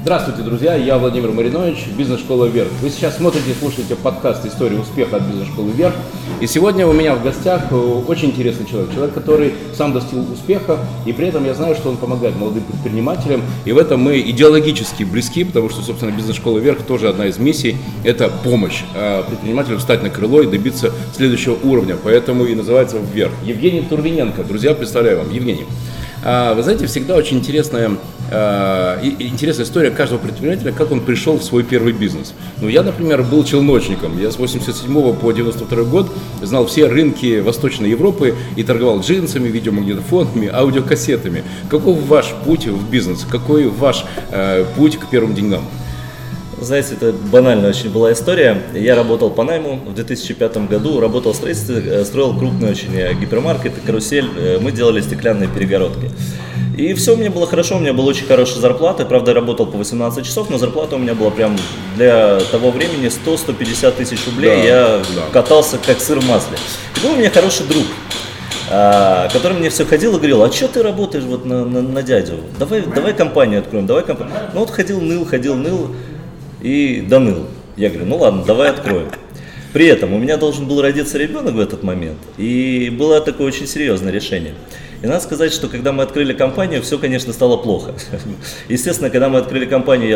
Здравствуйте, друзья, я Владимир Маринович, бизнес-школа «Вверх». Вы сейчас смотрите и слушаете подкаст «История успеха» от бизнес-школы «Вверх». И сегодня у меня в гостях очень интересный человек, который сам достиг успеха, и при этом я знаю, что он помогает молодым предпринимателям. И в этом мы идеологически близки, потому что, собственно, бизнес-школа «Вверх» тоже одна из миссий – это помощь предпринимателю встать на крыло и добиться следующего уровня, поэтому и называется «Вверх». Евгений Турвиненко, друзья, представляю вам. Евгений. Вы знаете, всегда очень интересная история каждого предпринимателя, как он пришел в свой первый бизнес. Я, например, был челночником. Я с 87 по 92 год знал все рынки Восточной Европы и торговал джинсами, видеомагнитофонами, аудиокассетами. Каков ваш путь в бизнес? Какой ваш путь к первым деньгам? Знаете, это банальная очень была история. Я работал по найму в 2005 году, работал в строительстве, строил крупные очень гипермаркеты, карусель. Мы делали стеклянные перегородки. И все у меня было хорошо, у меня была очень хорошая зарплата. Правда, я работал по 18 часов, но зарплата у меня была прям для того времени 100-150 тысяч рублей. Я катался как сыр в масле. И был у меня хороший друг, который мне все ходил и говорил: а что ты работаешь вот на дядю? Давай компанию откроем, давай компанию. Ну вот ходил, ныл и доныл. Я говорю: ну ладно, давай откроем. При этом у меня должен был родиться ребенок в этот момент, и было такое очень серьезное решение. И надо сказать, что когда мы открыли компанию, все, конечно, стало плохо. Естественно, когда мы открыли компанию,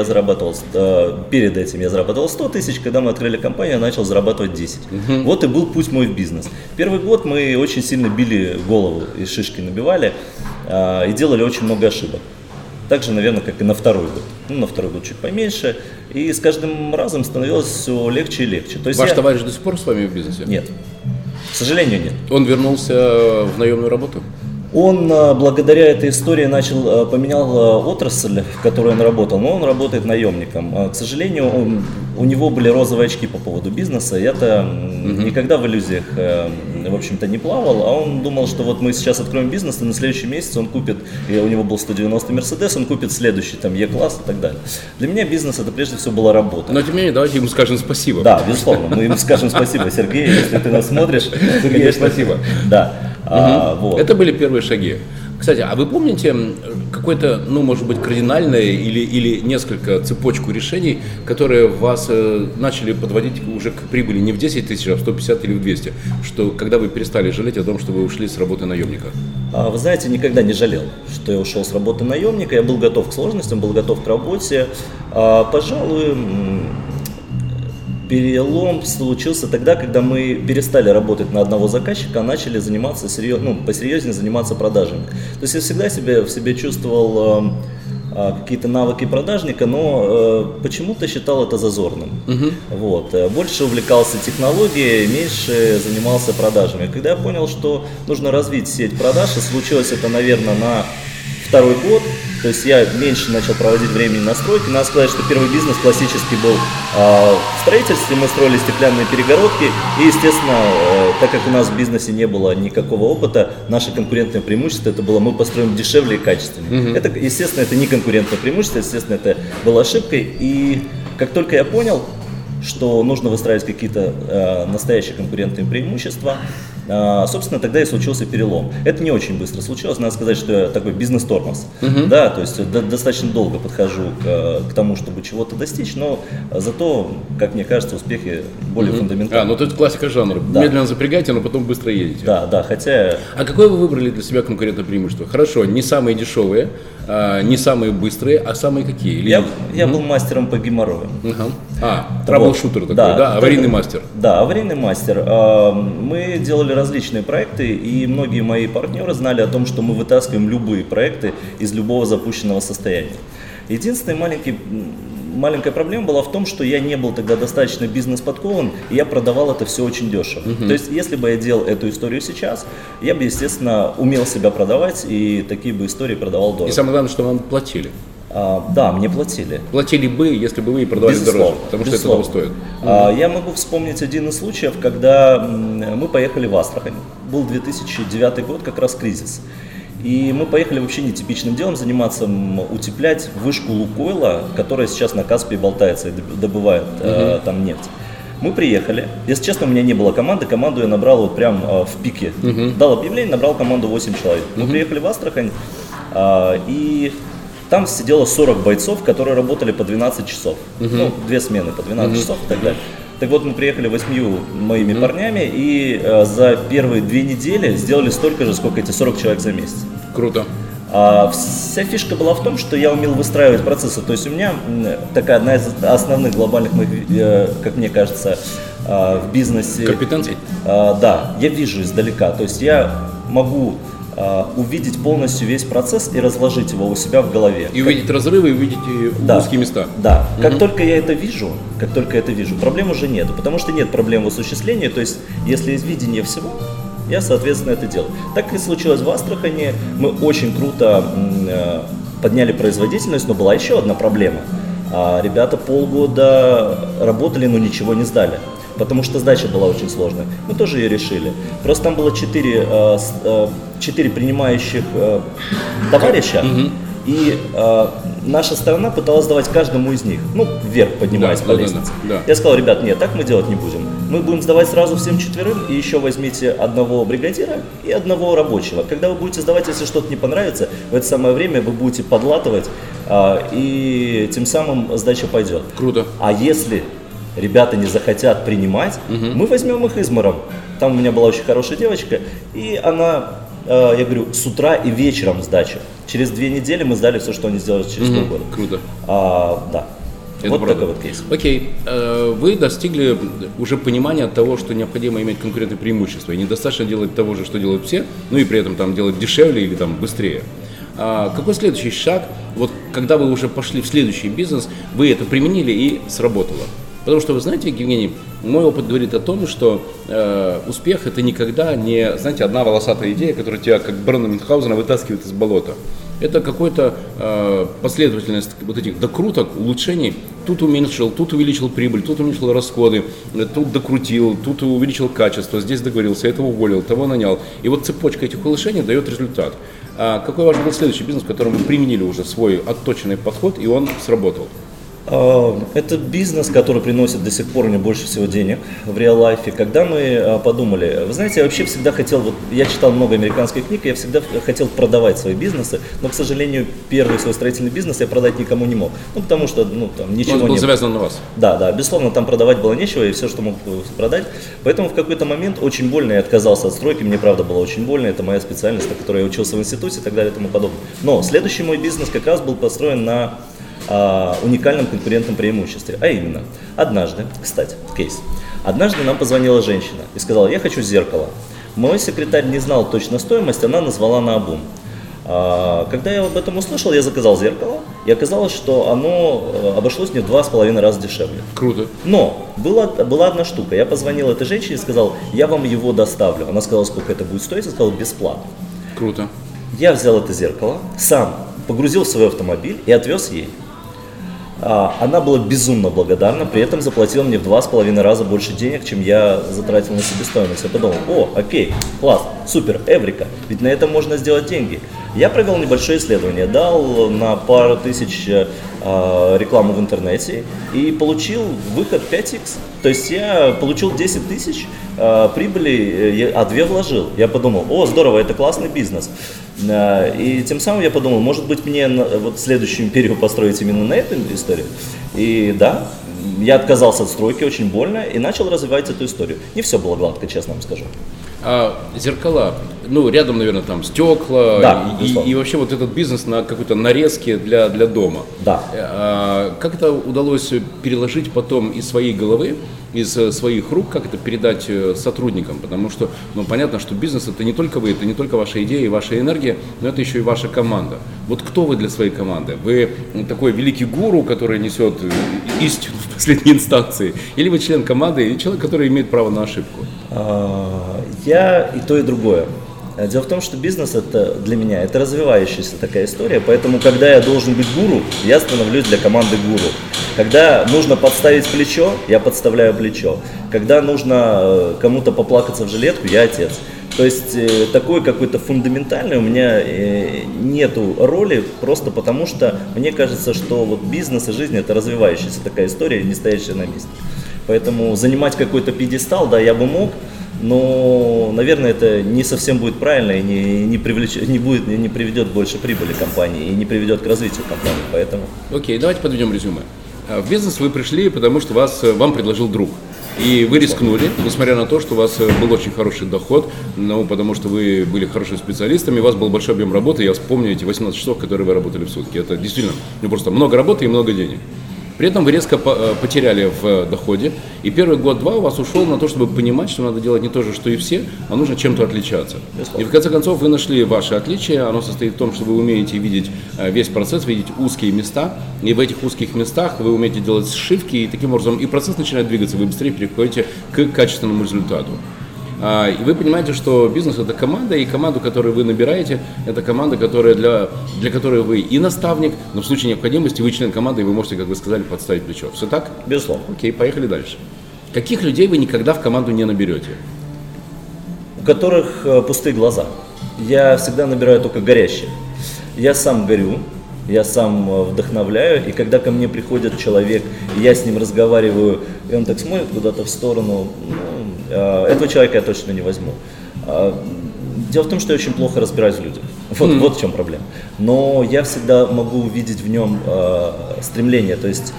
перед этим я зарабатывал 100 тысяч, когда мы открыли компанию, я начал зарабатывать 10. Вот и был путь мой в бизнес. Первый год мы очень сильно били голову и шишки набивали, и делали очень много ошибок. Так же, наверное, как и на второй год. На второй год чуть поменьше. И с каждым разом становилось все легче и легче. То есть Ваш товарищ до сих пор с вами в бизнесе? Нет. К сожалению, нет. Он вернулся в наемную работу? Он благодаря этой истории поменял отрасль, в которой он работал, но он работает наемником. К сожалению, у него были розовые очки по поводу бизнеса. Я-то никогда в иллюзиях, в общем-то, не плавал, а он думал, что вот мы сейчас откроем бизнес, и на следующий месяц он купит, и у него был 190 Мерседес, он купит следующий, там, Е-класс и так далее. Для меня бизнес — это прежде всего была работа. Но тем не менее, давайте ему скажем спасибо. Да, безусловно, мы ему скажем спасибо, Сергей, если ты нас смотришь. Сергей, спасибо. Да. Вот. Это были первые шаги. Кстати, а вы помните какое-то, может быть, кардинальное или несколько цепочку решений, которые вас начали подводить уже к прибыли не в 10 тысяч, а в 150 или в 200, что когда вы перестали жалеть о том, что вы ушли с работы наемника? Вы знаете, никогда не жалел, что я ушел с работы наемника. Я был готов к сложностям, был готов к работе. Пожалуй, перелом случился тогда, когда мы перестали работать на одного заказчика, а начали заниматься посерьезнее заниматься продажами. То есть я всегда в себе чувствовал какие-то навыки продажника, но почему-то считал это зазорным. Вот. Больше увлекался технологией, меньше занимался продажами. Когда я понял, что нужно развить сеть продаж, и случилось это, наверное, на второй год, то есть я меньше начал проводить времени на стройке. Надо сказать, что первый бизнес классический был в строительстве, мы строили стеклянные перегородки, и, естественно, так как у нас в бизнесе не было никакого опыта, наше конкурентное преимущество это было: мы построим дешевле и качественнее. Это, естественно, это не конкурентное преимущество, естественно, это было ошибкой, и как только я понял, что нужно выстраивать какие-то настоящие конкурентные преимущества, собственно, тогда и случился перелом. Это не очень быстро случилось, надо сказать, что я такой бизнес-тормоз. Да, то есть достаточно долго подхожу к тому, чтобы чего-то достичь, но зато, как мне кажется, успехи более фундаментальные. Это классика жанра. Да. Медленно запрягайте, но потом быстро едете. Да, хотя... А какое вы выбрали для себя конкурентное преимущество? Хорошо, не самые дешевые, не самые быстрые, а самые какие? Я был мастером по геморрою. Траблшутер такой, да? Аварийный мастер. Да, аварийный мастер. Мы делали различные проекты, и многие мои партнеры знали о том, что мы вытаскиваем любые проекты из любого запущенного состояния. Единственная маленькая проблема была в том, что я не был тогда достаточно бизнес-подкован, и я продавал это все очень дешево. То есть, если бы я делал эту историю сейчас, я бы, естественно, умел себя продавать, и такие бы истории продавал дорого. И самое главное, что вам платили. Да, мне платили. Платили бы, если бы вы и продавали дороже, потому что это того стоит. Я могу вспомнить один из случаев, когда мы поехали в Астрахань. Был 2009 год, как раз кризис. И мы поехали вообще нетипичным делом заниматься, утеплять вышку Лукойла, которая сейчас на Каспии болтается и добывает там нефть. Мы приехали, если честно, у меня не было команды, команду я набрал вот прям в пике. Дал объявление, набрал команду 8 человек. Мы приехали в Астрахань, и Там сидело 40 бойцов, которые работали по 12 часов. Ну, 2 смены по 12 часов и так далее. Так вот, мы приехали 8 моими парнями и за первые 2 недели сделали столько же, сколько эти 40 человек за месяц. Круто. Вся фишка была в том, что я умел выстраивать процессы. То есть у меня такая одна из основных глобальных моих, как мне кажется, в бизнесе... Компетенций? Да, я вижу издалека. То есть я могу увидеть полностью весь процесс и разложить его у себя в голове. И увидеть разрывы, и увидеть узкие места. Да, как только я это вижу, проблем уже нет. Потому что нет проблем в осуществлении. То есть если есть видение всего, я, соответственно, это делаю. Так и случилось в Астрахани. Мы очень круто подняли производительность, но была еще одна проблема. Ребята полгода работали, но ничего не сдали. Потому что сдача была очень сложная. Мы тоже ее решили. Просто там было 4 принимающих товарища. И наша сторона пыталась сдавать каждому из них, ну, вверх поднимаясь по лестнице. Да. Я сказал: ребят, нет, так мы делать не будем. Мы будем сдавать сразу всем 4, и еще возьмите одного бригадира и одного рабочего. Когда вы будете сдавать, если что-то не понравится, в это самое время вы будете подлатывать, и тем самым сдача пойдет. Круто. А если ребята не захотят принимать, мы возьмем их измором. Там у меня была очень хорошая девочка, и она... Я говорю, с утра и вечером сдача. Через 2 недели мы сдали все, что они сделали через полгода. Круто. Да. Это вот правда. такой вот кейс. Окей. Вы достигли уже понимания того, что необходимо иметь конкурентное преимущество. И недостаточно делать того же, что делают все, ну и при этом там делать дешевле или там быстрее. Какой следующий шаг, вот когда вы уже пошли в следующий бизнес, вы это применили и сработало? Потому что, вы знаете, Евгений, мой опыт говорит о том, что успех – это никогда не, знаете, одна волосатая идея, которая тебя, как Барона Мюнхгаузена, вытаскивает из болота. Это какая-то последовательность вот этих докруток, улучшений. Тут уменьшил, тут увеличил прибыль, тут уменьшил расходы, тут докрутил, тут увеличил качество, здесь договорился, этого уволил, того нанял. И вот цепочка этих улучшений дает результат. Какой ваш был следующий бизнес, в котором вы применили уже свой отточенный подход, и он сработал? Это бизнес, который приносит до сих пор мне больше всего денег в реал-лайфе. Когда мы подумали, вы знаете, я вообще всегда хотел, вот я читал много американских книг, я всегда хотел продавать свои бизнесы, но, к сожалению, первый свой строительный бизнес я продать никому не мог. Ну, потому что, там ничего не было. Он был завязан на вас. Да, безусловно, там продавать было нечего, и все, что мог продать. Поэтому в какой-то момент очень больно я отказался от стройки, мне правда было очень больно, это моя специальность, на которой я учился в институте и так далее и тому подобное. Но следующий мой бизнес как раз был построен на уникальном конкурентном преимуществе. А именно, однажды, кстати, кейс, однажды нам позвонила женщина и сказала: я хочу зеркало. Мой секретарь не знал точно стоимость, она назвала наобум. Когда я об этом услышал, я заказал зеркало, и оказалось, что оно обошлось мне в 2,5 раза дешевле. Круто. Но была одна штука. Я позвонил этой женщине и сказал: я вам его доставлю. Она сказала, сколько это будет стоить, я сказал: бесплатно. Круто. Я взял это зеркало, сам погрузил в свой автомобиль и отвез ей. Она была безумно благодарна, при этом заплатила мне в 2,5 раза больше денег, чем я затратил на себестоимость. Я подумал: окей, класс, супер, эврика, ведь на этом можно сделать деньги. Я провел небольшое исследование, дал на пару тысяч рекламу в интернете и получил выход 5x. То есть я получил 10 тысяч прибыли, а 2 вложил. Я подумал: здорово, это классный бизнес. И тем самым я подумал, может быть, мне вот следующую империю построить именно на эту историю. И да, я отказался от стройки очень больно и начал развивать эту историю. Не все было гладко, честно вам скажу. Зеркала, рядом, наверное, там стекла, да, и вообще вот этот бизнес на какой-то нарезке для дома. Да. Как это удалось переложить потом из своей головы, из своих рук, как это передать сотрудникам? Потому что, понятно, что бизнес — это не только вы, это не только ваша идея и ваша энергия, но это еще и ваша команда. Вот кто вы для своей команды? Вы такой великий гуру, который несет истину в последней инстанции? Или вы член команды, или человек, который имеет право на ошибку? Я и то, и другое. Дело в том, что бизнес это для меня это развивающаяся такая история, поэтому когда я должен быть гуру, я становлюсь для команды гуру. Когда нужно подставить плечо, я подставляю плечо. Когда нужно кому-то поплакаться в жилетку, я отец. То есть такой какой-то фундаментальной у меня нету роли, просто потому что мне кажется, что вот бизнес и жизнь это развивающаяся такая история, не стоящая на месте. Поэтому занимать какой-то пьедестал, да, я бы мог, но, наверное, это не совсем будет правильно и не приведет больше прибыли компании и не приведет к развитию компании, поэтому... Окей, давайте подведем резюме. В бизнес вы пришли, потому что вам предложил друг. И вы рискнули, несмотря на то, что у вас был очень хороший доход, потому что вы были хорошими специалистами, у вас был большой объем работы, я вспомню эти 18 часов, которые вы работали в сутки. Это действительно просто много работы и много денег. При этом вы резко потеряли в доходе, и первый год-два у вас ушел на то, чтобы понимать, что надо делать не то же, что и все, а нужно чем-то отличаться. И в конце концов вы нашли ваше отличие, оно состоит в том, что вы умеете видеть весь процесс, видеть узкие места, и в этих узких местах вы умеете делать сшивки, и таким образом и процесс начинает двигаться, вы быстрее переходите к качественному результату. И вы понимаете, что бизнес – это команда, и команду, которую вы набираете, это команда, для которой вы и наставник, но в случае необходимости вы член команды, и вы можете, как вы сказали, подставить плечо. Все так? Безусловно. Окей, поехали дальше. Каких людей вы никогда в команду не наберете? У которых пустые глаза. Я всегда набираю только горящих. Я сам горю, я сам вдохновляю, и когда ко мне приходит человек, я с ним разговариваю, и он так смотрит куда-то в сторону, этого человека я точно не возьму. Дело в том, что я очень плохо разбираюсь в людях. Вот в чем проблема. Но я всегда могу увидеть в нем стремление, то есть,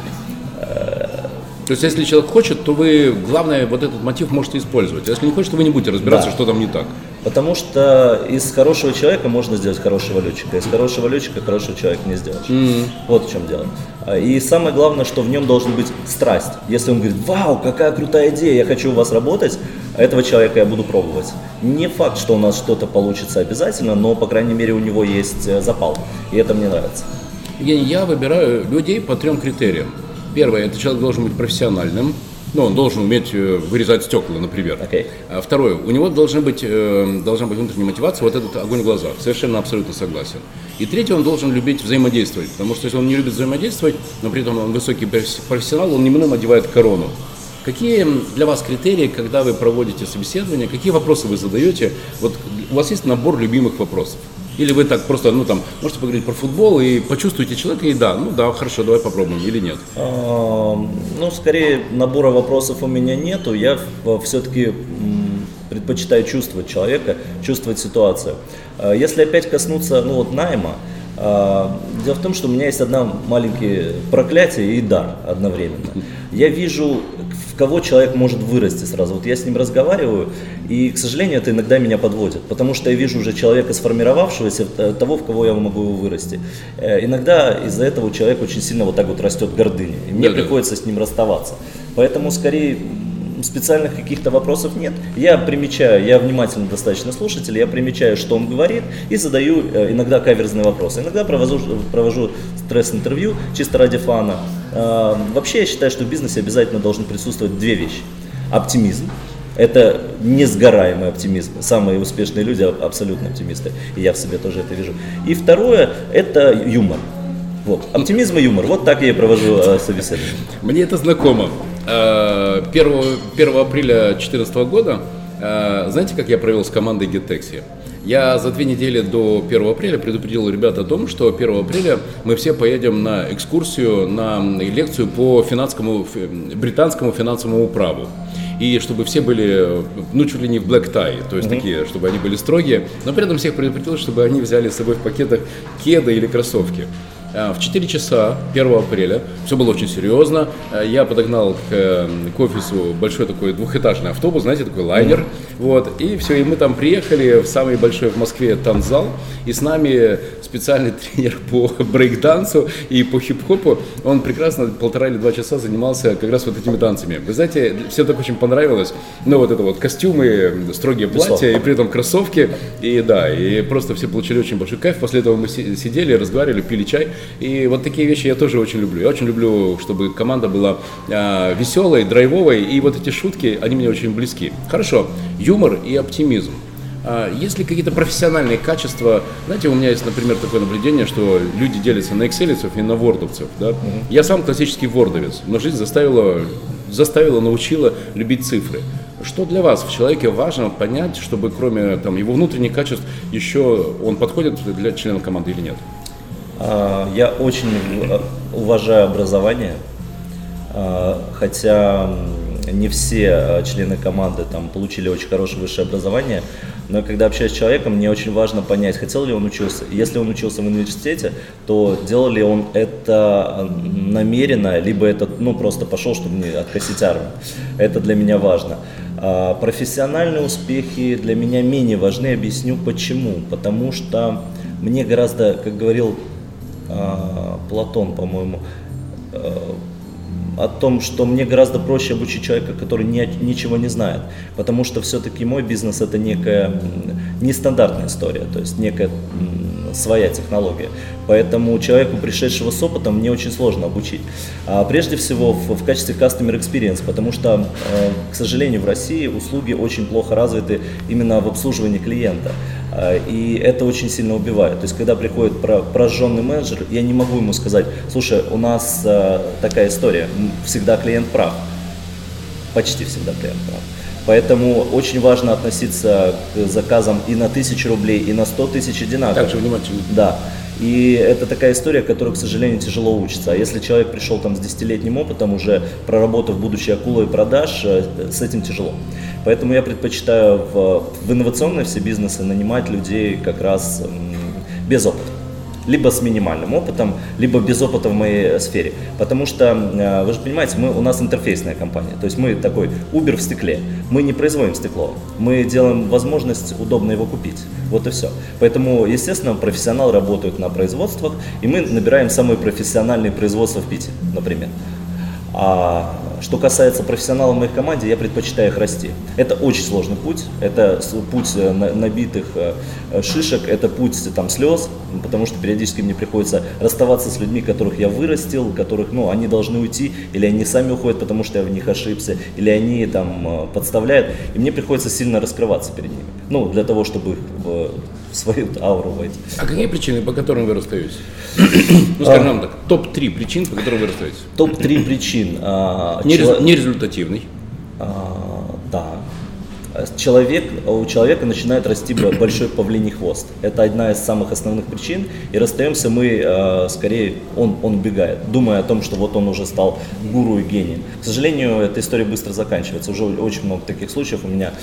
если человек хочет, то вы, главное, вот этот мотив можете использовать. А если не хочет, то вы не будете разбираться, что там не так. Потому что из хорошего человека можно сделать хорошего летчика, из хорошего летчика хорошего человека не сделаешь. Вот в чем дело. И самое главное, что в нем должен быть страсть. Если он говорит: вау, какая крутая идея, я хочу у вас работать, этого человека я буду пробовать. Не факт, что у нас что-то получится обязательно, но, по крайней мере, у него есть запал. И это мне нравится. Евгений, я выбираю людей по 3 критериям. Первое, это человек должен быть профессиональным, он должен уметь вырезать стекла, например. Okay. Второе, у него должна быть внутренняя мотивация, вот этот огонь в глазах, совершенно абсолютно согласен. И третье, он должен любить взаимодействовать, потому что если он не любит взаимодействовать, но при этом он высокий профессионал, он немного одевает корону. Какие для вас критерии, когда вы проводите собеседование, какие вопросы вы задаете? Вот у вас есть набор любимых вопросов? Или вы так просто, можете поговорить про футбол и почувствуете человека, и да, хорошо, давай попробуем, или нет? Скорее набора вопросов у меня нету, я все-таки предпочитаю чувствовать человека, чувствовать ситуацию. Если опять коснуться, найма, дело в том, что у меня есть одно маленькое проклятие и дар одновременно. Я вижу, в кого человек может вырасти сразу. Вот я с ним разговариваю, и, к сожалению, это иногда меня подводит, потому что я вижу уже человека сформировавшегося, того, в кого я могу его вырасти. Иногда из-за этого у человека очень сильно вот так вот растет гордыня, и мне приходится с ним расставаться. Поэтому, скорее, специальных каких-то вопросов нет. Я примечаю, я внимательно достаточно слушатель, я примечаю, что он говорит, и задаю иногда каверзные вопросы. Иногда провожу стресс-интервью чисто ради фана. Вообще я считаю, что в бизнесе обязательно должны присутствовать 2 вещи. Оптимизм. Это несгораемый оптимизм. Самые успешные люди абсолютно оптимисты. И я в себе тоже это вижу. И второе, это юмор. Вот. Оптимизм и юмор. Вот так я и провожу собеседование. Мне это знакомо. 1 апреля 2014 года, знаете, как я провел с командой GetTaxi? Я за 2 недели до 1 апреля предупредил ребят о том, что 1 апреля мы все поедем на экскурсию, на лекцию по британскому финансовому праву. И чтобы все были, чуть ли не в black tie, то есть такие, чтобы они были строгие, но при этом всех предупредил, чтобы они взяли с собой в пакетах кеды или кроссовки. В 4 часа 1 апреля, все было очень серьезно, я подогнал к офису большой такой 2-этажный автобус, знаете, такой лайнер, и все, и мы там приехали в самый большой в Москве танцзал, и с нами специальный тренер по брейк-дансу и по хип-хопу, он прекрасно 1,5 или 2 часа занимался как раз вот этими танцами. Вы знаете, все так очень понравилось, костюмы, строгие платья, и при этом кроссовки, и просто все получили очень большой кайф. После этого мы сидели, разговаривали, пили чай. И вот такие вещи я тоже очень люблю. Я очень люблю, чтобы команда была веселой, драйвовой, и вот эти шутки, они мне очень близки. Хорошо, юмор и оптимизм. Есть ли какие-то профессиональные качества? Знаете, у меня есть, например, такое наблюдение, что люди делятся на экселевцев и на вордовцев. Да? Я сам классический вордовец, но жизнь заставила, научила любить цифры. Что для вас в человеке важно понять, чтобы кроме его внутренних качеств еще он подходит для члена команды или нет? Я очень уважаю образование, хотя не все члены команды там получили очень хорошее высшее образование, но когда общаюсь с человеком, мне очень важно понять, хотел ли он учиться. Если он учился в университете, то делал ли он это намеренно, либо это просто пошел, чтобы не откосить армию. Это для меня важно. Профессиональные успехи для меня менее важны, объясню почему. Потому что мне гораздо, как говорил Платон, по-моему, о том, что мне гораздо проще обучить человека, который ничего не знает, потому что все-таки мой бизнес это некая нестандартная история, то есть некая своя технология. Поэтому человеку, пришедшего с опытом, мне очень сложно обучить. Прежде всего в качестве customer experience, потому что, к сожалению, в России услуги очень плохо развиты именно в обслуживании клиента. И это очень сильно убивает. То есть, когда приходит прожженный менеджер, я не могу ему сказать: слушай, у нас такая история, всегда клиент прав. Почти всегда клиент прав. Поэтому очень важно относиться к заказам и на 1000 рублей, и на 100 тысяч одинаково. Так же внимательно. Да. И это такая история, которую, к сожалению, тяжело учится. А если человек пришел там с 10-летним опытом, уже проработав, будучи акулой продаж, с этим тяжело. Поэтому я предпочитаю в инновационные все бизнесы нанимать людей как раз без опыта. Либо с минимальным опытом, либо без опыта в моей сфере. Потому что, вы же понимаете, у нас интерфейсная компания. То есть мы такой Uber в стекле. Мы не производим стекло. Мы делаем возможность удобно его купить. Вот и все. Поэтому, естественно, профессионалы работают на производствах, и мы набираем самые профессиональные производства в Питере, например. А что касается профессионалов в моей команде, я предпочитаю их расти. Это очень сложный путь, это путь набитых шишек, это путь слез, потому что периодически мне приходится расставаться с людьми, которых я вырастил, которых, они должны уйти, или они сами уходят, потому что я в них ошибся, или они подставляют, и мне приходится сильно раскрываться перед ними, для того, чтобы их в свою ауру войти. А какие причины, по которым вы расстаетесь? Скажем так, топ-3 причин, по которым вы расстаетесь. Топ-3 причин. Нерезультативный. Да. У человека начинает расти большой павлиний хвост. Это одна из самых основных причин. И расстаемся мы, скорее, он убегает, думая о том, что вот он уже стал гуру и гением. К сожалению, эта история быстро заканчивается. Уже очень много таких случаев у меня.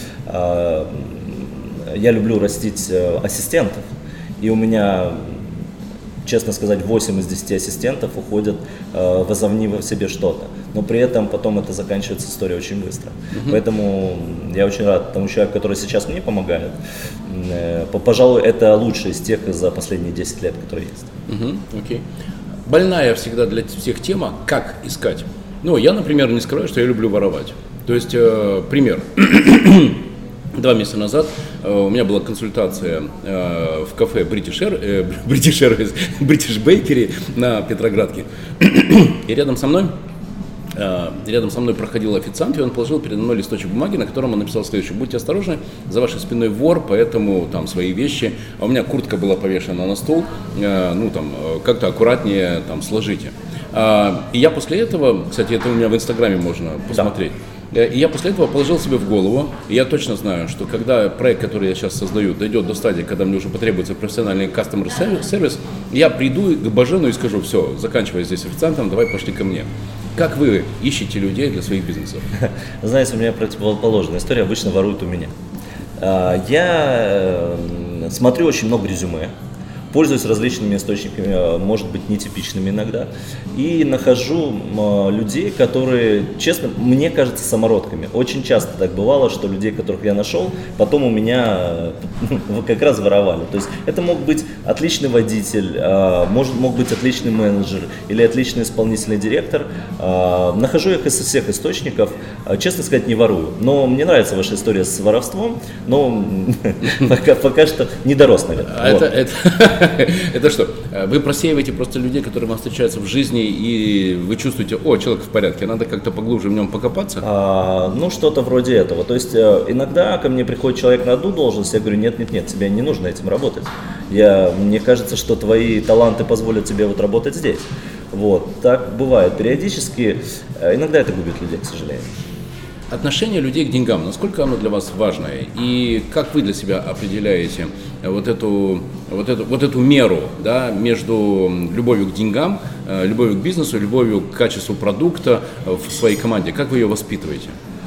Я люблю растить ассистентов. И у меня, честно сказать, 8 из 10 ассистентов уходят, возомнив в себе что-то. Но при этом потом это заканчивается история очень быстро. Поэтому я очень рад тому человеку, который сейчас мне помогает. Пожалуй, это лучший из тех за последние 10 лет, которые есть. Окей. Больная всегда для всех тема, как искать. Я, например, не скрываю, что я люблю воровать. То есть, пример. 2 месяца назад у меня была консультация в кафе British Bakery на Петроградке. И рядом со мной проходил официант, и он положил передо мной листочек бумаги, на котором он написал следующее: будьте осторожны, за вашей спиной вор, поэтому свои вещи, а у меня куртка была повешена на стол, как-то аккуратнее сложите. И я после этого, кстати, это у меня в Инстаграме можно посмотреть. И я после этого положил себе в голову, и я точно знаю, что когда проект, который я сейчас создаю, дойдет до стадии, когда мне уже потребуется профессиональный customer сервис, я приду к Бажену и скажу: все, заканчивай здесь официантом, давай пошли ко мне. Как вы ищете людей для своих бизнесов? Знаете, у меня противоположная история, обычно воруют у меня. Я смотрю очень много резюме, пользуюсь различными источниками, может быть, нетипичными иногда, и нахожу людей, которые, честно, мне кажется, самородками. Очень часто так бывало, что людей, которых я нашел, потом у меня как раз воровали. То есть это мог быть отличный водитель, мог быть отличный менеджер или отличный исполнительный директор. Нахожу их из всех источников, честно сказать, не ворую. Но мне нравится ваша история с воровством, но пока что не дорос, наверное. Это что? Вы просеиваете просто людей, которые вам встречаются в жизни, и вы чувствуете: о, человек в порядке, надо как-то поглубже в нем покопаться? Что-то вроде этого. То есть иногда ко мне приходит человек на одну должность, я говорю: нет, тебе не нужно этим работать. Мне кажется, что твои таланты позволят тебе работать здесь. Так бывает периодически. Иногда это губит людей, к сожалению. Отношение людей к деньгам, насколько оно для вас важное? И как вы для себя определяете вот эту меру, между любовью к деньгам, любовью к бизнесу, любовью к качеству продукта в своей команде? Как вы ее воспитываете?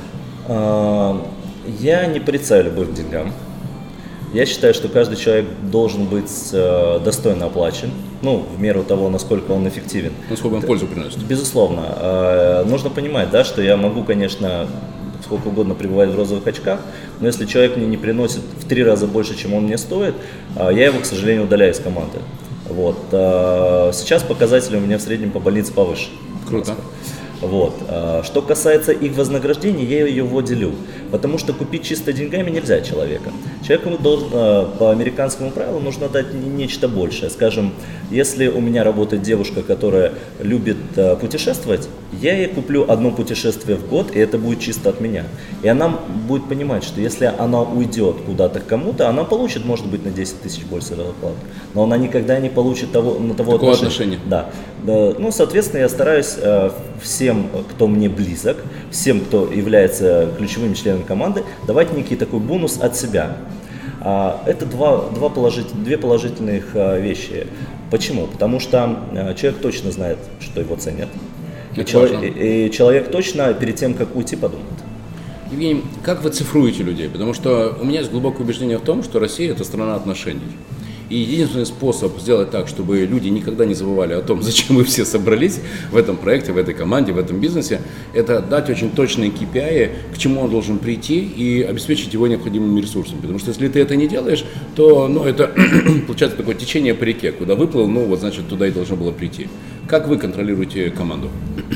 Я не порицаю любовь к деньгам. Я считаю, что каждый человек должен быть достойно оплачен, в меру того, насколько он эффективен. Насколько он пользу приносит. Безусловно. Нужно понимать, да, что я могу, конечно, сколько угодно пребывать в розовых очках, но если человек мне не приносит в 3 раза больше, чем он мне стоит, я его, к сожалению, удаляю из команды. Вот. Сейчас показатели у меня в среднем по больнице повыше. Круто. Вот. Что касается их вознаграждения, я его делю, потому что купить чисто деньгами нельзя человека. Человеку должен, по американскому правилу нужно дать нечто большее. Скажем, если у меня работает девушка, которая любит путешествовать, я ей куплю одно путешествие в год, и это будет чисто от меня. И она будет понимать, что если она уйдет куда-то к кому-то, она получит, может быть, на 10 тысяч больше зарплаты, но она никогда не получит того отношения. Да. Соответственно, я стараюсь всем, кто мне близок, всем, кто является ключевым членом команды, давать некий такой бонус от себя. Это две положительных вещи. Почему? Потому что человек точно знает, что его ценят. И человек точно перед тем, как уйти, подумает. Евгений, как вы цифруете людей? Потому что у меня есть глубокое убеждение в том, что Россия – это страна отношений. И единственный способ сделать так, чтобы люди никогда не забывали о том, зачем мы все собрались в этом проекте, в этой команде, в этом бизнесе, это дать очень точные KPI, к чему он должен прийти и обеспечить его необходимыми ресурсами. Потому что если ты это не делаешь, то это получается такое течение по реке, куда выплыл, значит туда и должно было прийти. Как вы контролируете команду?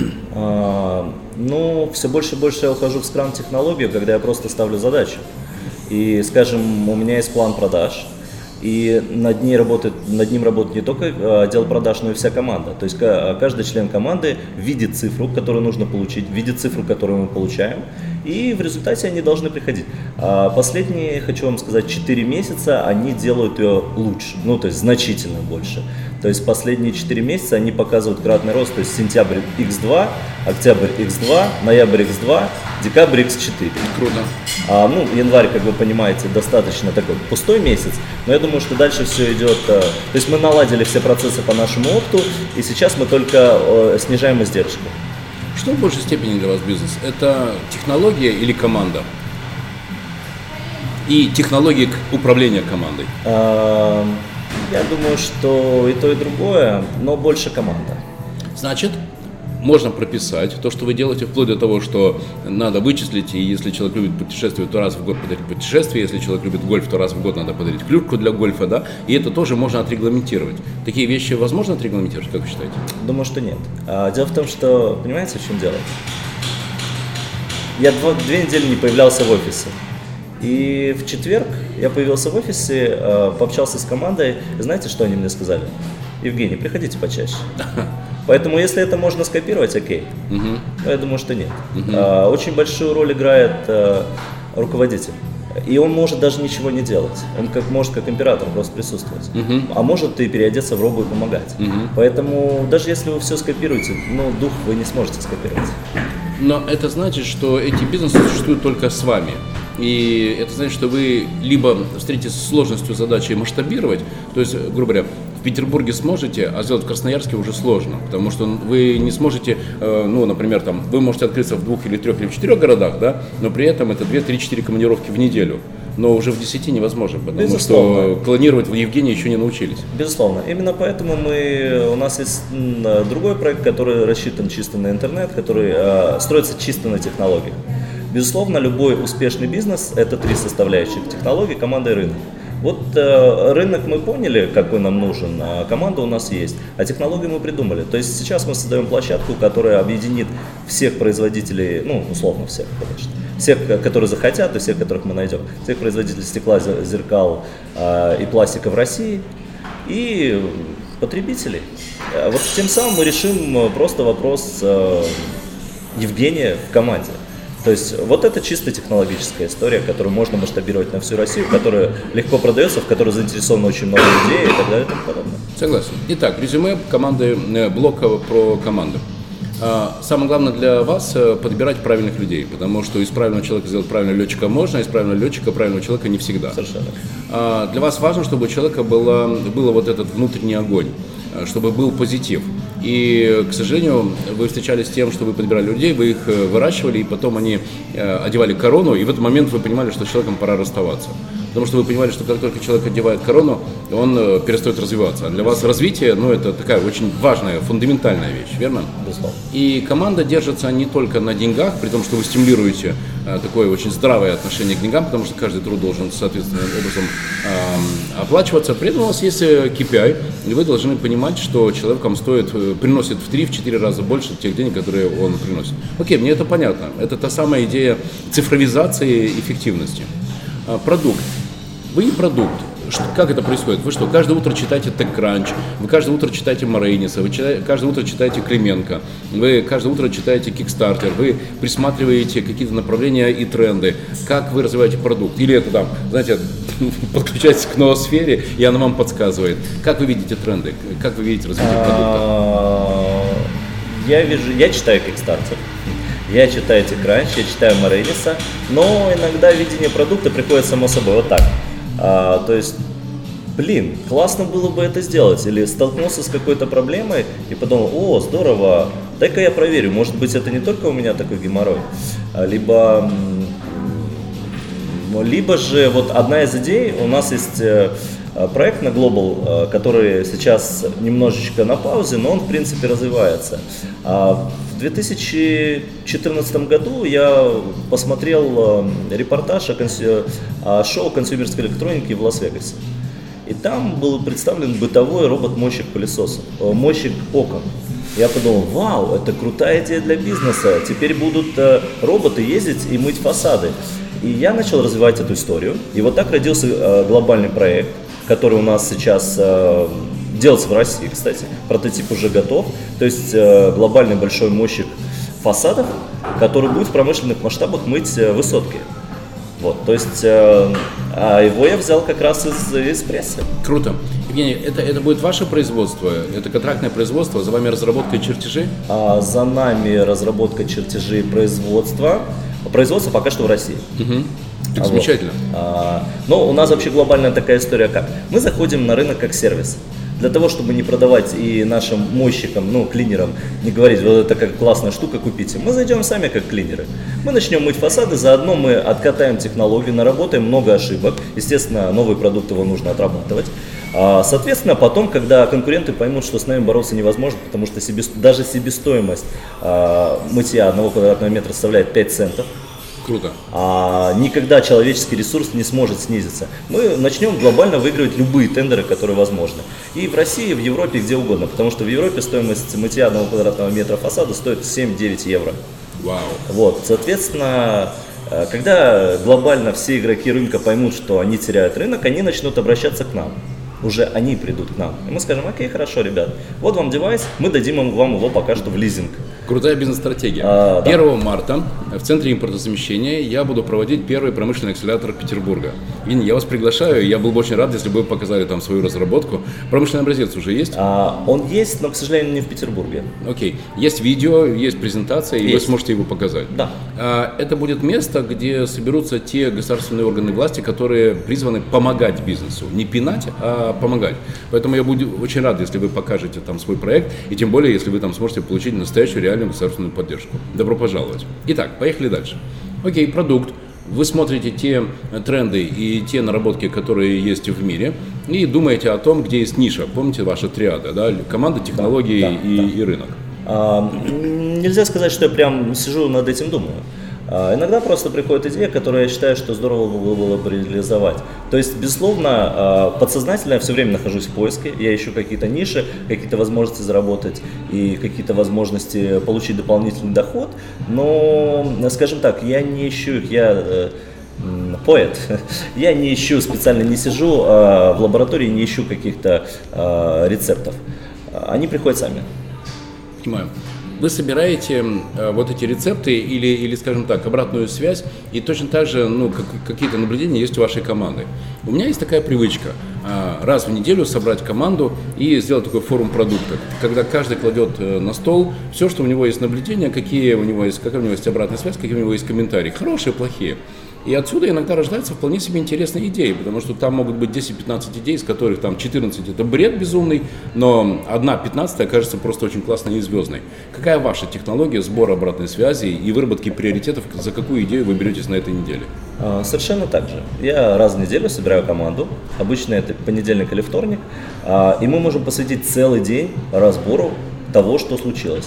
Все больше и больше я ухожу в скрам-технологию, когда я просто ставлю задачу. И, скажем, у меня есть план продаж. И над ним работает не только отдел продаж, но и вся команда. То есть каждый член команды видит цифру, которую нужно получить, видит цифру, которую мы получаем, и в результате они должны приходить. Последние, хочу вам сказать, 4 месяца они делают ее лучше, то есть значительно больше. То есть последние 4 месяца они показывают кратный рост, то есть сентябрь x2, октябрь x2, ноябрь x2, декабрь x4. Круто. Январь, как вы понимаете, достаточно такой пустой месяц, но я думаю, что дальше все идет. То есть мы наладили все процессы по нашему опыту, и сейчас мы только снижаем издержки. Что в большей степени для вас бизнес? Это технология или команда? И технологии управления командой? Я думаю, что и то, и другое, но больше команда. Значит, можно прописать то, что вы делаете, вплоть до того, что надо вычислить, и если человек любит путешествовать, то раз в год подарить путешествие, если человек любит гольф, то раз в год надо подарить клюшку для гольфа, да, и это тоже можно отрегламентировать. Такие вещи возможно отрегламентировать, как вы считаете? Думаю, что нет. Дело в том, что, понимаете, в чем дело? Я 2 недели не появлялся в офисе. И в четверг я появился в офисе, пообщался с командой, и знаете, что они мне сказали? Евгений, приходите почаще. Поэтому, если это можно скопировать, окей. Но я думаю, что нет. Очень большую роль играет руководитель. И он может даже ничего не делать. Он может как император просто присутствовать. А может и переодеться в робу и помогать. Поэтому даже если вы все скопируете, дух вы не сможете скопировать. Но это значит, что эти бизнесы существуют только с вами. И это значит, что вы либо встретитесь с сложностью задачи масштабировать, то есть, грубо говоря, в Петербурге сможете, а сделать в Красноярске уже сложно, потому что вы не сможете, например, вы можете открыться в 2 или 3 или в 4 городах, да, но при этом это 2, 3, 4 командировки в неделю. Но уже в 10 невозможно, потому что клонировать в Евгении еще не научились. Безусловно. Именно поэтому у нас есть другой проект, который рассчитан чисто на интернет, который строится чисто на технологиях. Безусловно, любой успешный бизнес – это 3 составляющих: технологии, команда и рынок. Вот рынок мы поняли, какой нам нужен, а команда у нас есть, а технологии мы придумали. То есть сейчас мы создаем площадку, которая объединит всех производителей, условно всех, конечно, всех, которые захотят, и всех, которых мы найдем, всех производителей стекла, зеркал и пластика в России и потребителей. Вот тем самым мы решим просто вопрос Евгения в команде. То есть вот это чисто технологическая история, которую можно масштабировать на всю Россию, которая легко продается, в которой заинтересовано очень много людей и так далее и тому подобное. Согласен. Итак, резюме команды, блока про команду. Самое главное для вас подбирать правильных людей, потому что из правильного человека сделать правильного летчика можно, а из правильного летчика правильного человека не всегда. Совершенно. Для вас важно, чтобы у человека был вот этот внутренний огонь, чтобы был позитив. И, к сожалению, вы встречались с тем, что вы подбирали людей, вы их выращивали, и потом они одевали корону, и в этот момент вы понимали, что с человеком пора расставаться. Потому что вы понимали, что как только человек одевает корону, он перестает развиваться. А для вас развитие, это такая очень важная, фундаментальная вещь, верно? Безусловно. И команда держится не только на деньгах, при том, что вы стимулируете такое очень здравое отношение к деньгам, потому что каждый труд должен соответственным образом оплачиваться. При этом у вас есть KPI, и вы должны понимать, что человек вам приносит в 3-4 раза больше тех денег, которые он приносит. Окей, мне это понятно. Это та самая идея цифровизации эффективности. Продукт. Вы продукт. Как это происходит? Вы что, каждое утро читаете TechCrunch, вы каждое утро читаете Морейниса, вы каждое утро читаете Клименко, вы каждое утро читаете Kickstarter, вы присматриваете какие-то направления и тренды, как вы развиваете продукт. Или это подключаетесь к ноосфере, и она вам подсказывает. Как вы видите тренды? Как вы видите развитие продукта? Я читаю Kickstarter. Я читаю TechCrunch, я читаю Морейниса, но иногда видение продукта приходит само собой, вот так. То есть, классно было бы это сделать. Или столкнулся с какой-то проблемой и подумал, здорово, дай-ка я проверю, может быть это не только у меня такой геморрой. Либо же вот одна из идей, у нас есть проект на Global, который сейчас немножечко на паузе, но он в принципе развивается. В 2014 году я посмотрел репортаж о шоу консюмерской электроники в Лас-Вегасе. И там был представлен бытовой робот-мойщик-пылесос, мойщик окон. Я подумал, вау, это крутая идея для бизнеса, теперь будут роботы ездить и мыть фасады. И я начал развивать эту историю. И вот так родился глобальный проект, который у нас сейчас делается в России, кстати. Прототип уже готов. То есть глобальный большой мойщик фасадов, который будет в промышленных масштабах мыть высотки. Вот, то есть его я взял как раз из прессы. Круто. Евгений, это будет ваше производство? Это контрактное производство? За вами разработка и чертежи? За нами разработка, чертежи и производство. Производство пока что в России. Так замечательно. Но у нас вообще глобальная такая история как? Мы заходим на рынок как сервис. Для того, чтобы не продавать и нашим мойщикам, клинерам, не говорить, вот это как классная штука, купите. Мы зайдем сами как клинеры. Мы начнем мыть фасады, заодно мы откатаем технологию, наработаем много ошибок. Естественно, новый продукт его нужно отрабатывать. Соответственно, потом, когда конкуренты поймут, что с нами бороться невозможно, потому что даже себестоимость мытья 1 квадратного метра составляет 5 центов, круто. Никогда человеческий ресурс не сможет снизиться. Мы начнем глобально выигрывать любые тендеры, которые возможны. И в России, в Европе, где угодно. Потому что в Европе стоимость мытья 1 квадратного метра фасада стоит 7-9 евро. Вау. Вот, соответственно, когда глобально все игроки рынка поймут, что они теряют рынок, они начнут обращаться к нам. Уже они придут к нам. И мы скажем, окей, хорошо, ребят, вот вам девайс, мы дадим вам его пока что в лизинг. Крутая бизнес-стратегия. 1 марта в Центре импортозамещения я буду проводить первый промышленный акселератор Петербурга. Евгений, я вас приглашаю, я был бы очень рад, если бы вы показали там свою разработку. Промышленный образец уже есть? Он есть, но, к сожалению, не в Петербурге. Окей. Есть видео, есть презентация, и вы сможете его показать. Да. Это будет место, где соберутся те государственные органы власти, которые призваны помогать бизнесу. Не пинать, а помогать. Поэтому я буду очень рад, если вы покажете там свой проект, и тем более, если вы там сможете получить настоящую реальную государственную поддержку. Добро пожаловать. Итак, поехали дальше. Окей, продукт. Вы смотрите те тренды и те наработки, которые есть в мире, и думаете о том, где есть ниша. Помните ваша триада, да? Команда, технологии и рынок. Нельзя сказать, что я прям сижу над этим думаю. Иногда просто приходит идея, которую я считаю, что здорово было бы реализовать. То есть, безусловно, подсознательно я все время нахожусь в поиске, я ищу какие-то ниши, какие-то возможности заработать и какие-то возможности получить дополнительный доход, но, скажем так, я не ищу их, я поэт, я не ищу, специально не сижу в лаборатории, не ищу каких-то рецептов, они приходят сами. Понимаю. Вы собираете вот эти рецепты или, скажем так, обратную связь, и точно так же какие-то наблюдения есть у вашей команды. У меня есть такая привычка раз в неделю собрать команду и сделать такой форум продукта, когда каждый кладет на стол все, что у него есть наблюдения, какая у него есть обратная связь, какие у него есть комментарии, хорошие, плохие. И отсюда иногда рождаются вполне себе интересные идеи, потому что там могут быть 10-15 идей, из которых там 14 это бред безумный, но одна 15 окажется просто очень классной и звездной. Какая ваша технология сбора обратной связи и выработки приоритетов, за какую идею вы беретесь на этой неделе? Совершенно так же. Я раз в неделю собираю команду, обычно это понедельник или вторник, и мы можем посвятить целый день разбору того, что случилось,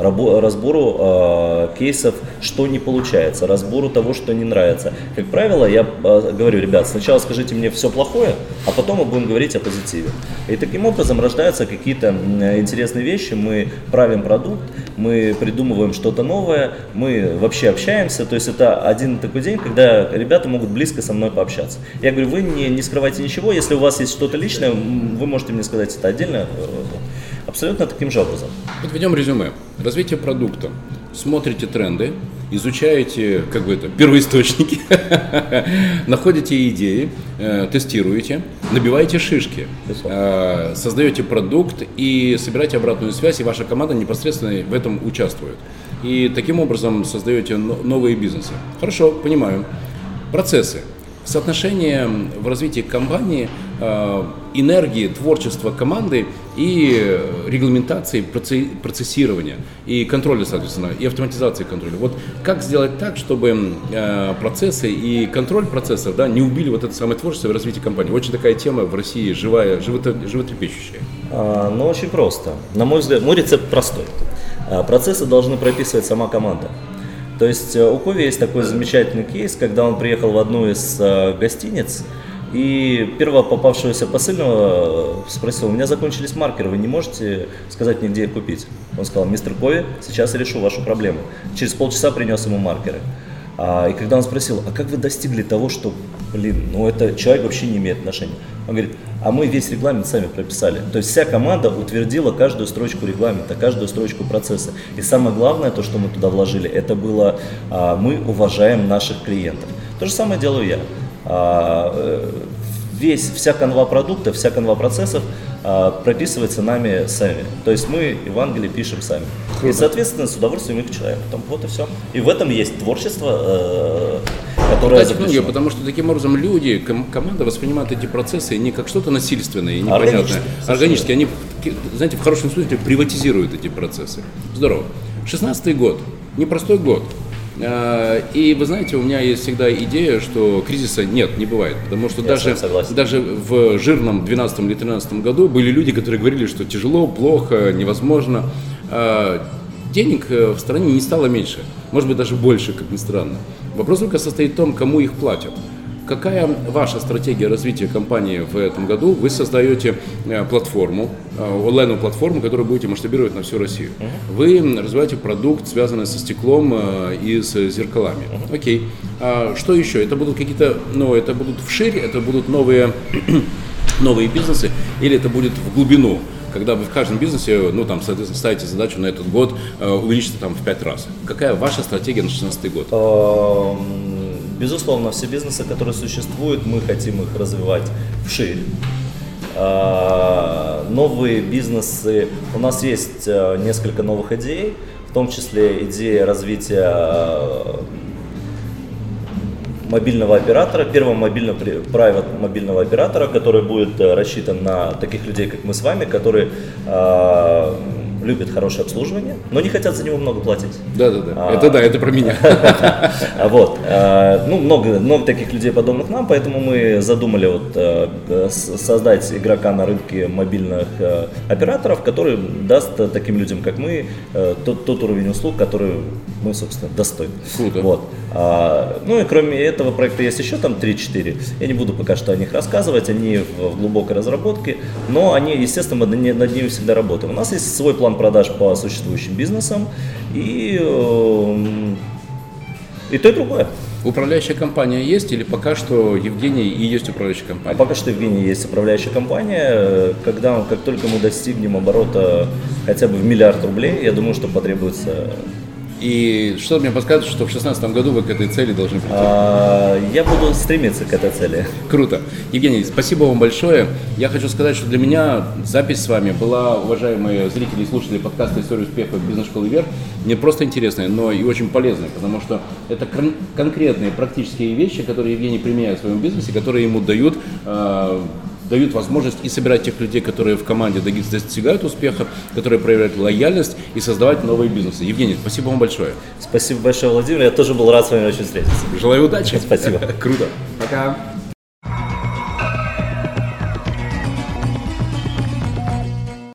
разбору кейсов, что не получается, разбору того, что не нравится. Как правило, я говорю: ребят, сначала скажите мне все плохое, а потом мы будем говорить о позитиве. И таким образом рождаются какие-то интересные вещи, мы правим продукт, мы придумываем что-то новое, мы вообще общаемся. То есть это один такой день, когда ребята могут близко со мной пообщаться. Я говорю: вы не скрывайте ничего, если у вас есть что-то личное, вы можете мне сказать это отдельно. Абсолютно таким же образом. Подведем резюме. Развитие продукта. Смотрите тренды, изучаете первоисточники, находите идеи, тестируете, набиваете шишки, создаете продукт и собираете обратную связь, и ваша команда непосредственно в этом участвует. И таким образом создаете новые бизнесы. Хорошо, понимаю. Процессы. Соотношение в развитии компании энергии, творчества команды и регламентации, процессирования и контроля, соответственно, и автоматизации контроля. Вот как сделать так, чтобы процессы и контроль процессов, да, не убили вот это самое творчество и развитие компании? Очень такая тема в России живая, животрепещущая. Ну, очень просто. На мой взгляд, мой рецепт простой. Процессы должны прописывать сама команда. То есть у Кови есть такой замечательный кейс, когда он приехал в одну из гостиниц, и первого попавшегося посыльного спросил: у меня закончились маркеры, вы не можете сказать мне, где их купить? Он сказал: мистер Кови, сейчас я решу вашу проблему. Через полчаса принес ему маркеры. И когда он спросил: а как вы достигли того, что, этот человек вообще не имеет отношения? Он говорит: а мы весь регламент сами прописали. То есть вся команда утвердила каждую строчку регламента, каждую строчку процесса. И самое главное, то, что мы туда вложили, это было: мы уважаем наших клиентов. То же самое делаю я. Вся канва продукта, вся канва процессов прописывается нами сами. То есть мы Евангелие пишем сами. Круто. И, соответственно, с удовольствием их читаем. Вот и все. И в этом есть творчество, которое заключено. Потому что таким образом люди, команда воспринимают эти процессы не как что-то насильственное и непонятное. Органически. Они, знаете, в хорошем смысле приватизируют эти процессы. Здорово. 16-й год. Непростой год. И вы знаете, у меня есть всегда идея, что кризиса не бывает, потому что даже в жирном 12 или 13 году были люди, которые говорили, что тяжело, плохо, невозможно. Денег в стране не стало меньше, может быть даже больше, как ни странно. Вопрос только состоит в том, кому их платят. Какая ваша стратегия развития компании в этом году? Вы создаете платформу, онлайн платформу, которую будете масштабировать на всю Россию. Вы развиваете продукт, связанный со стеклом и с зеркалами. Окей. Что еще? Это будут какие-то, это будут вширь, это будут новые бизнесы, или это будет в глубину? Когда вы в каждом бизнесе, соответственно, ставите задачу на этот год увеличиться в 5 раз. Какая ваша стратегия на 2016 год? Безусловно, все бизнесы, которые существуют, мы хотим их развивать вширь. Новые бизнесы, у нас есть несколько новых идей, в том числе идея развития мобильного оператора, первого private мобильного оператора, который будет рассчитан на таких людей, как мы с вами, которые любят хорошее обслуживание, но не хотят за него много платить. Да. Это про меня. Много таких людей, подобных нам, поэтому мы задумали создать игрока на рынке мобильных операторов, который даст таким людям, как мы, тот уровень услуг, который мы, собственно, достойны. Круто. И кроме этого проекта есть еще 3-4. Я не буду пока что о них рассказывать, они в глубокой разработке, но они, естественно, над ними всегда работаем. У нас есть свой план продаж по существующим бизнесам и то, и другое. Управляющая компания есть или пока что Евгений и есть управляющая компания? Пока что Евгений есть управляющая компания. Как только мы достигнем оборота хотя бы в 1 миллиард рублей, я думаю, что потребуется И что мне подсказывает, что в 2016 году вы к этой цели должны прийти. Я буду стремиться к этой цели. Круто. Евгений, спасибо вам большое. Я хочу сказать, что для меня запись с вами была, уважаемые зрители и слушатели подкаста «История успеха бизнес-школы Вверх», не просто интересная, но и очень полезная, потому что это конкретные практические вещи, которые Евгений применяет в своем бизнесе, которые ему дают возможность и собирать тех людей, которые в команде достигают успеха, которые проявляют лояльность и создавать новые бизнесы. Евгений, спасибо вам большое. Спасибо большое, Владимир. Я тоже был рад с вами очень встретиться. Желаю удачи. Спасибо. Круто. Пока.